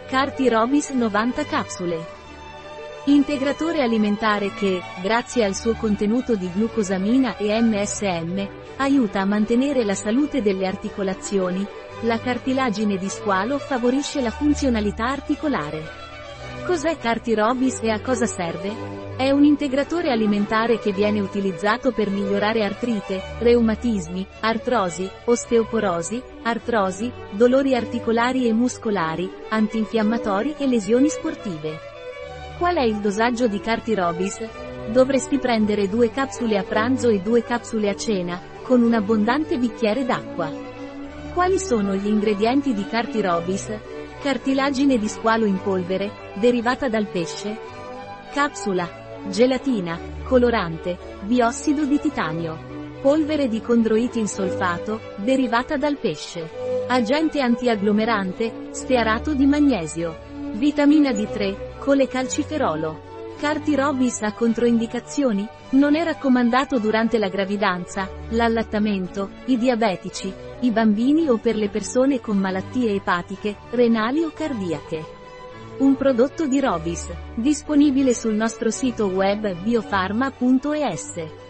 Cartirobis 90 capsule. Integratore alimentare che, grazie al suo contenuto di glucosamina e MSM, aiuta a mantenere la salute delle articolazioni. La cartilagine di squalo favorisce la funzionalità articolare. Cos'è Cartirobis e a cosa serve? È un integratore alimentare che viene utilizzato per migliorare artrite, reumatismi, artrosi, osteoporosi, artrosi, dolori articolari e muscolari, antinfiammatori e lesioni sportive. Qual è il dosaggio di Cartirobis? Dovresti prendere 2 capsule a pranzo e 2 capsule a cena, con un abbondante bicchiere d'acqua. Quali sono gli ingredienti di Cartirobis? Cartilagine di squalo in polvere, derivata dal pesce. Capsula. Gelatina, colorante, biossido di titanio. Polvere di condroitin solfato, derivata dal pesce. Agente antiagglomerante, stearato di magnesio. Vitamina D3, colecalciferolo. Cartirobis ha controindicazioni? Non è raccomandato durante la gravidanza, l'allattamento, i diabetici, i bambini o per le persone con malattie epatiche, renali o cardiache. Un prodotto di Robis, disponibile sul nostro sito web biofarma.es.